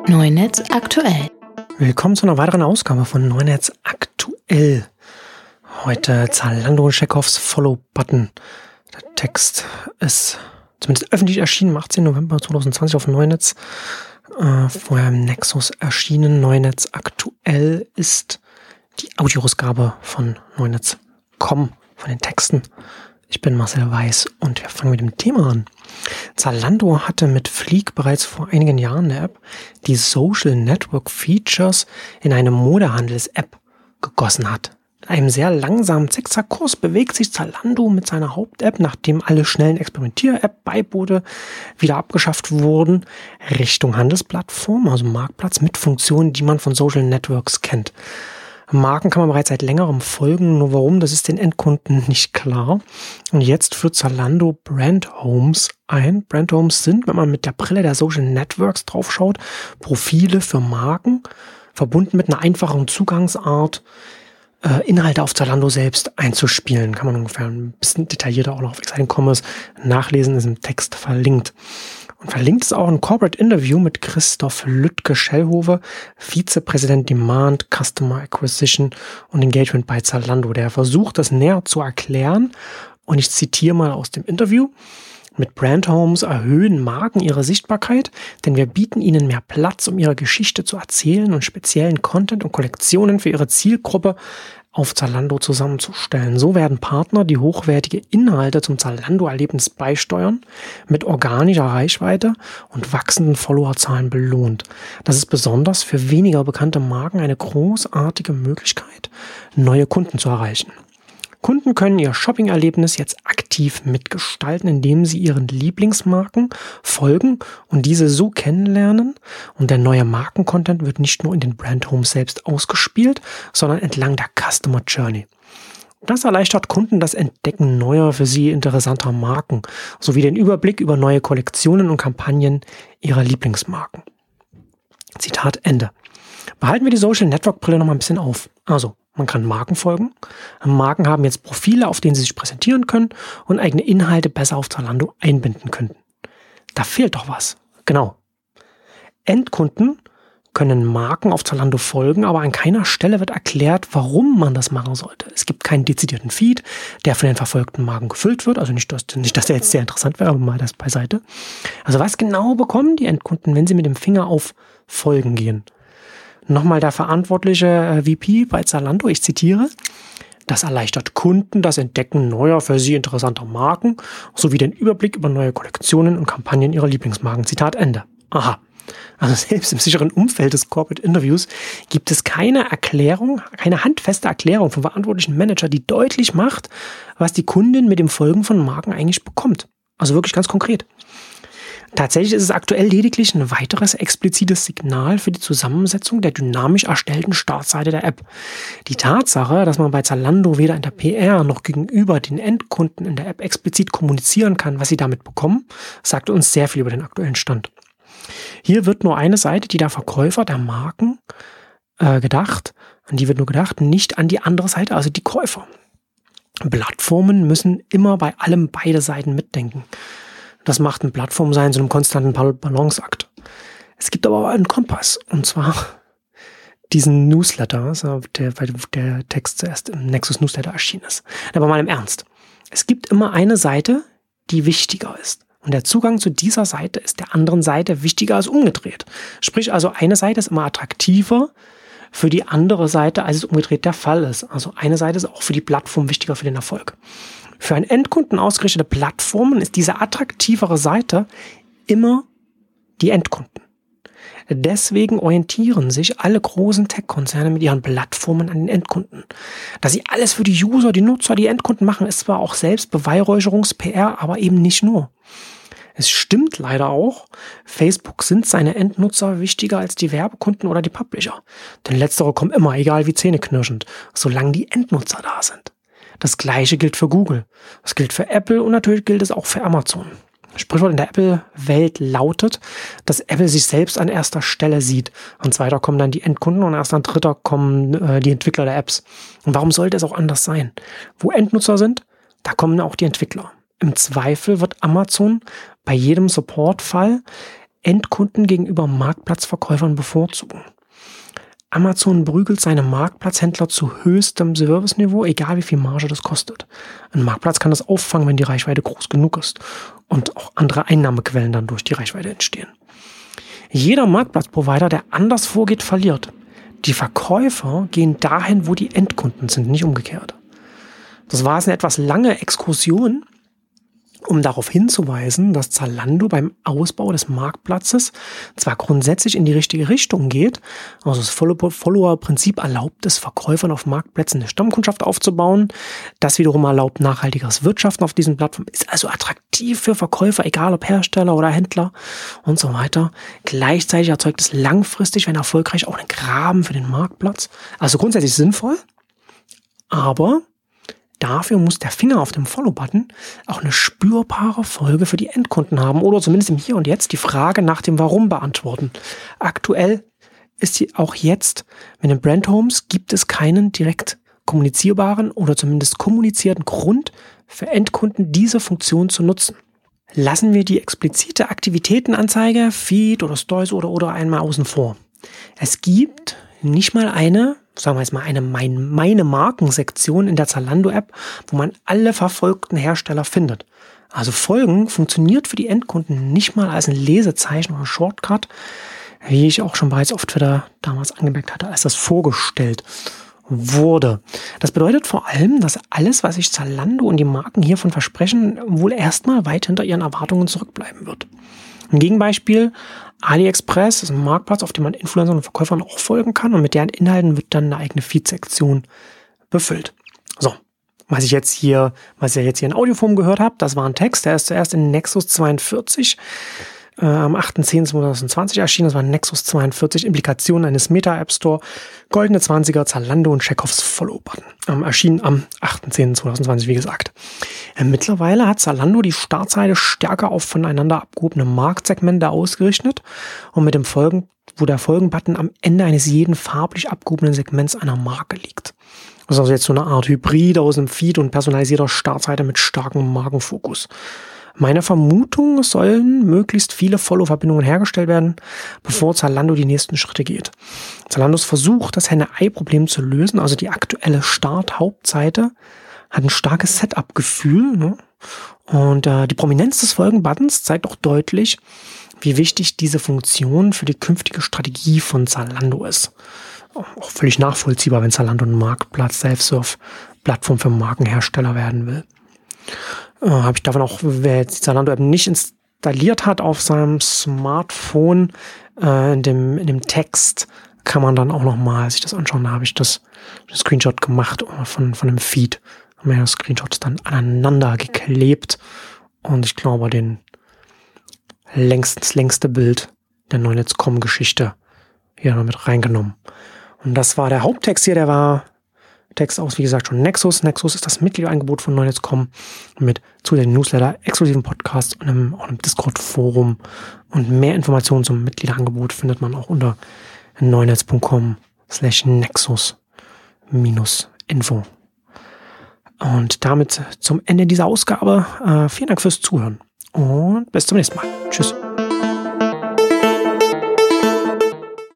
Neunetz aktuell. Willkommen zu einer weiteren Ausgabe von Neunetz aktuell. Heute Zalando-Chekhovs Follow-Button. Der Text ist zumindest öffentlich erschienen am 18. November 2020 auf Neunetz. Vorher im Nexus erschienen. Neunetz aktuell ist die Audioausgabe von Neunetz.com, von den Texten. Ich bin Marcel Weiß und wir fangen mit dem Thema an. Zalando hatte mit Fleek bereits vor einigen Jahren eine App, die Social Network Features in eine Modehandels-App gegossen hat. In einem sehr langsamen Zickzackkurs bewegt sich Zalando mit seiner Haupt-App, nachdem alle schnellen Experimentier-App-Beibote wieder abgeschafft wurden, Richtung Handelsplattform, also Marktplatz mit Funktionen, die man von Social Networks kennt. Marken kann man bereits seit längerem folgen, nur warum, das ist den Endkunden nicht klar. Und jetzt führt Zalando Brand Homes ein. Brand Homes sind, wenn man mit der Brille der Social Networks draufschaut, Profile für Marken, verbunden mit einer einfachen Zugangsart, Inhalte auf Zalando selbst einzuspielen. Kann man ungefähr ein bisschen detaillierter auch noch auf Exciting Commerce nachlesen, ist im Text verlinkt. Und verlinkt ist auch ein Corporate Interview mit Christoph Lüttke-Schellhove, Vizepräsident Demand, Customer Acquisition und Engagement bei Zalando. Der versucht, das näher zu erklären. Und ich zitiere mal aus dem Interview. Mit Brand Homes erhöhen Marken ihre Sichtbarkeit, denn wir bieten ihnen mehr Platz, um ihre Geschichte zu erzählen und speziellen Content und Kollektionen für ihre Zielgruppe auf Zalando zusammenzustellen. So werden Partner, die hochwertige Inhalte zum Zalando-Erlebnis beisteuern, mit organischer Reichweite und wachsenden Followerzahlen belohnt. Das ist besonders für weniger bekannte Marken eine großartige Möglichkeit, neue Kunden zu erreichen. Kunden können ihr Shopping-Erlebnis jetzt aktiv mitgestalten, indem sie ihren Lieblingsmarken folgen und diese so kennenlernen. Und der neue Markencontent wird nicht nur in den Brand Homes selbst ausgespielt, sondern entlang der Customer Journey. Das erleichtert Kunden das Entdecken neuer, für sie interessanter Marken, sowie den Überblick über neue Kollektionen und Kampagnen ihrer Lieblingsmarken. Zitat Ende. Behalten wir die Social Network Brille noch mal ein bisschen auf. Also, man kann Marken folgen. Marken haben jetzt Profile, auf denen sie sich präsentieren können und eigene Inhalte besser auf Zalando einbinden können. Da fehlt doch was. Genau. Endkunden können Marken auf Zalando folgen, aber an keiner Stelle wird erklärt, warum man das machen sollte. Es gibt keinen dezidierten Feed, der von den verfolgten Marken gefüllt wird. Also nicht, dass der jetzt sehr interessant wäre, aber mal das beiseite. Also was genau bekommen die Endkunden, wenn sie mit dem Finger auf Folgen gehen? Nochmal der verantwortliche VP bei Zalando, ich zitiere: Das erleichtert Kunden das Entdecken neuer, für sie interessanter Marken, sowie den Überblick über neue Kollektionen und Kampagnen ihrer Lieblingsmarken. Zitat Ende. Aha. Also selbst im sicheren Umfeld des Corporate Interviews gibt es keine Erklärung, keine handfeste Erklärung vom verantwortlichen Manager, die deutlich macht, was die Kundin mit dem Folgen von Marken eigentlich bekommt. Also wirklich ganz konkret. Tatsächlich ist es aktuell lediglich ein weiteres explizites Signal für die Zusammensetzung der dynamisch erstellten Startseite der App. Die Tatsache, dass man bei Zalando weder in der PR noch gegenüber den Endkunden in der App explizit kommunizieren kann, was sie damit bekommen, sagt uns sehr viel über den aktuellen Stand. Hier wird nur eine Seite, die der Verkäufer der Marken gedacht, an die wird nur gedacht, nicht an die andere Seite, also die Käufer. Plattformen müssen immer bei allem beide Seiten mitdenken. Das macht ein Plattformsein zu einem konstanten Balanceakt. Es gibt aber einen Kompass, und zwar diesen Newsletter, weil der Text zuerst im Nexus Newsletter erschienen ist. Aber mal im Ernst. Es gibt immer eine Seite, die wichtiger ist. Und der Zugang zu dieser Seite ist der anderen Seite wichtiger als umgedreht. Sprich also, eine Seite ist immer attraktiver für die andere Seite, als es umgedreht der Fall ist. Also eine Seite ist auch für die Plattform wichtiger für den Erfolg. Für einen Endkunden ausgerichtete Plattformen ist diese attraktivere Seite immer die Endkunden. Deswegen orientieren sich alle großen Tech-Konzerne mit ihren Plattformen an den Endkunden. Dass sie alles für die User, die Nutzer, die Endkunden machen, ist zwar auch selbst Beweihräucherungs-PR, aber eben nicht nur. Es stimmt leider auch, Facebook sind seine Endnutzer wichtiger als die Werbekunden oder die Publisher. Denn letztere kommen immer, egal wie zähneknirschend, solange die Endnutzer da sind. Das Gleiche gilt für Google. Das gilt für Apple und natürlich gilt es auch für Amazon. Sprichwort in der Apple-Welt lautet, dass Apple sich selbst an erster Stelle sieht. An zweiter kommen dann die Endkunden und erst an dritter kommen die Entwickler der Apps. Und warum sollte es auch anders sein? Wo Endnutzer sind, da kommen auch die Entwickler. Im Zweifel wird Amazon bei jedem Supportfall Endkunden gegenüber Marktplatzverkäufern bevorzugen. Amazon prügelt seine Marktplatzhändler zu höchstem Serviceniveau, egal wie viel Marge das kostet. Ein Marktplatz kann das auffangen, wenn die Reichweite groß genug ist und auch andere Einnahmequellen dann durch die Reichweite entstehen. Jeder Marktplatzprovider, der anders vorgeht, verliert. Die Verkäufer gehen dahin, wo die Endkunden sind, nicht umgekehrt. Das war jetzt eine etwas lange Exkursion, um darauf hinzuweisen, dass Zalando beim Ausbau des Marktplatzes zwar grundsätzlich in die richtige Richtung geht, also das Follower-Prinzip erlaubt es, Verkäufern auf Marktplätzen eine Stammkundschaft aufzubauen. Das wiederum erlaubt nachhaltigeres Wirtschaften auf diesen Plattformen, ist also attraktiv für Verkäufer, egal ob Hersteller oder Händler und so weiter. Gleichzeitig erzeugt es langfristig, wenn erfolgreich, auch einen Graben für den Marktplatz. Also grundsätzlich sinnvoll, aber dafür muss der Finger auf dem Follow-Button auch eine spürbare Folge für die Endkunden haben oder zumindest im Hier und Jetzt die Frage nach dem Warum beantworten. Aktuell ist sie auch jetzt mit den Brand Homes gibt es keinen direkt kommunizierbaren oder zumindest kommunizierten Grund für Endkunden, diese Funktion zu nutzen. Lassen wir die explizite Aktivitätenanzeige, Feed oder Stories oder einmal außen vor. Es gibt nicht mal eine meine Markensektion in der Zalando-App, wo man alle verfolgten Hersteller findet. Also Folgen funktioniert für die Endkunden nicht mal als ein Lesezeichen oder Shortcut, wie ich auch schon bereits auf Twitter damals angemerkt hatte, als das vorgestellt wurde. Das bedeutet vor allem, dass alles, was sich Zalando und die Marken hiervon versprechen, wohl erstmal weit hinter ihren Erwartungen zurückbleiben wird. Ein Gegenbeispiel, AliExpress ist ein Marktplatz, auf dem man Influencern und Verkäufern auch folgen kann und mit deren Inhalten wird dann eine eigene Feed-Sektion befüllt. So, was ihr jetzt hier in Audioform gehört habt, das war ein Text, der ist zuerst in Nexus 42 am 8.10.2020 erschienen. Das war Nexus 42, Implikationen eines Meta-App Store, goldene 20er, Zalando und Chekhovs Follow-Button. Erschienen am 8.10.2020, wie gesagt. Mittlerweile hat Zalando die Startseite stärker auf voneinander abgehobene Marktsegmente ausgerichtet und mit dem wo der Folgen-Button am Ende eines jeden farblich abgehobenen Segments einer Marke liegt. Das ist also jetzt so eine Art Hybrid aus einem Feed und personalisierter Startseite mit starkem Markenfokus. Meine Vermutung, es sollen möglichst viele Follow-Verbindungen hergestellt werden, bevor Zalando die nächsten Schritte geht. Zalandos Versuch, das Henne-Ei-Problem zu lösen, also die aktuelle Start-Hauptseite, hat ein starkes Setup-Gefühl, ne? Und die Prominenz des Folgen-Buttons zeigt auch deutlich, wie wichtig diese Funktion für die künftige Strategie von Zalando ist. Auch völlig nachvollziehbar, wenn Zalando ein Marktplatz, Self-Serve-Plattform für Markenhersteller werden will. Habe ich davon auch, wer jetzt die Zalando-App nicht installiert hat auf seinem Smartphone, in dem Text kann man dann auch nochmal sich das anschauen. Da habe ich das Screenshot gemacht von dem Feed. Haben wir das Screenshot dann aneinander geklebt und ich glaube, das längste Bild der Neunetz.com-Geschichte hier noch mit reingenommen. Und das war der Haupttext hier, der war Text aus, wie gesagt, schon Nexus. Nexus ist das Mitgliederangebot von Neunetz.com mit zusätzlichen Newsletter, exklusiven Podcasts und einem Discord-Forum. Und mehr Informationen zum Mitgliederangebot findet man auch unter neunetz.com/nexus-info. Und damit zum Ende dieser Ausgabe. Vielen Dank fürs Zuhören und bis zum nächsten Mal. Tschüss.